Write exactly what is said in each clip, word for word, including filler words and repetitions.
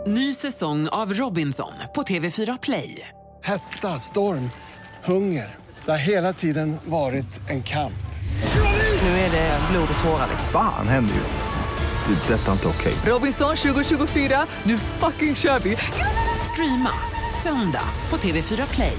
Ny säsong av Robinson på T V fyra Play. Hetta, storm, hunger. Det har hela tiden varit en kamp. Nu är det blod och tårar. Fan händer just det. Det är detta inte okej. Robinson tjugo tjugofyra, nu fucking kör vi. Streama söndag på T V fyra Play.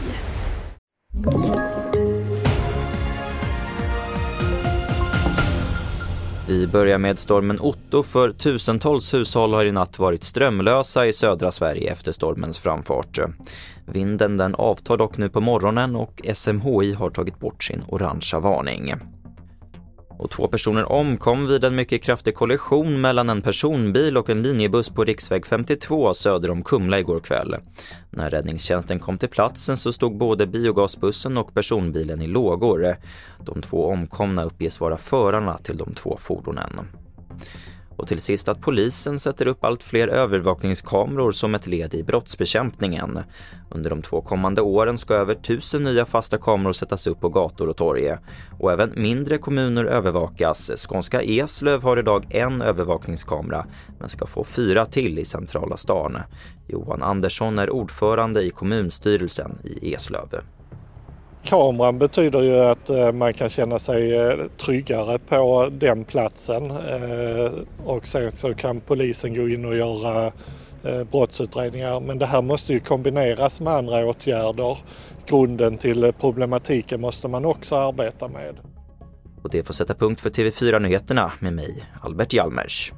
Vi börjar med stormen Otto, för tusentals hushåll har i natt varit strömlösa i södra Sverige efter stormens framfart. Vinden den avtar dock nu på morgonen och S M H I har tagit bort sin orangea varning. Och två personer omkom vid en mycket kraftig kollision mellan en personbil och en linjebuss på riksväg femtiotvå söder om Kumla igår kväll. När räddningstjänsten kom till platsen så stod både biogasbussen och personbilen i lågor. De två omkomna uppges vara förarna till de två fordonen. Och till sist att polisen sätter upp allt fler övervakningskameror som ett led i brottsbekämpningen. Under de två kommande åren ska över tusen nya fasta kameror sättas upp på gator och torg. Och även mindre kommuner övervakas. Skånska Eslöv har idag en övervakningskamera men ska få fyra till i centrala stan. Johan Andersson är ordförande i kommunstyrelsen i Eslöv. Kameran betyder ju att man kan känna sig tryggare på den platsen och sen så kan polisen gå in och göra brottsutredningar. Men det här måste ju kombineras med andra åtgärder. Grunden till problematiken måste man också arbeta med. Och det får sätta punkt för T V fyra-nyheterna med mig, Albert Hjalmers.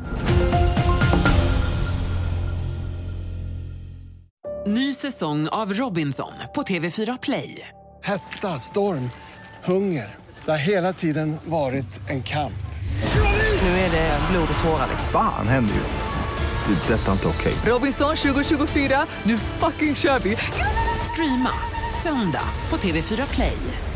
Ny säsong av Robinson på T V fyra Play. Hetta, storm, hunger. Det har hela tiden varit en kamp. Nu är det blod och tårar. Fan händer just det. Det är detta inte okej. Robinson tjugo tjugofyra, nu fucking kör vi. Streama söndag på T V fyra Play.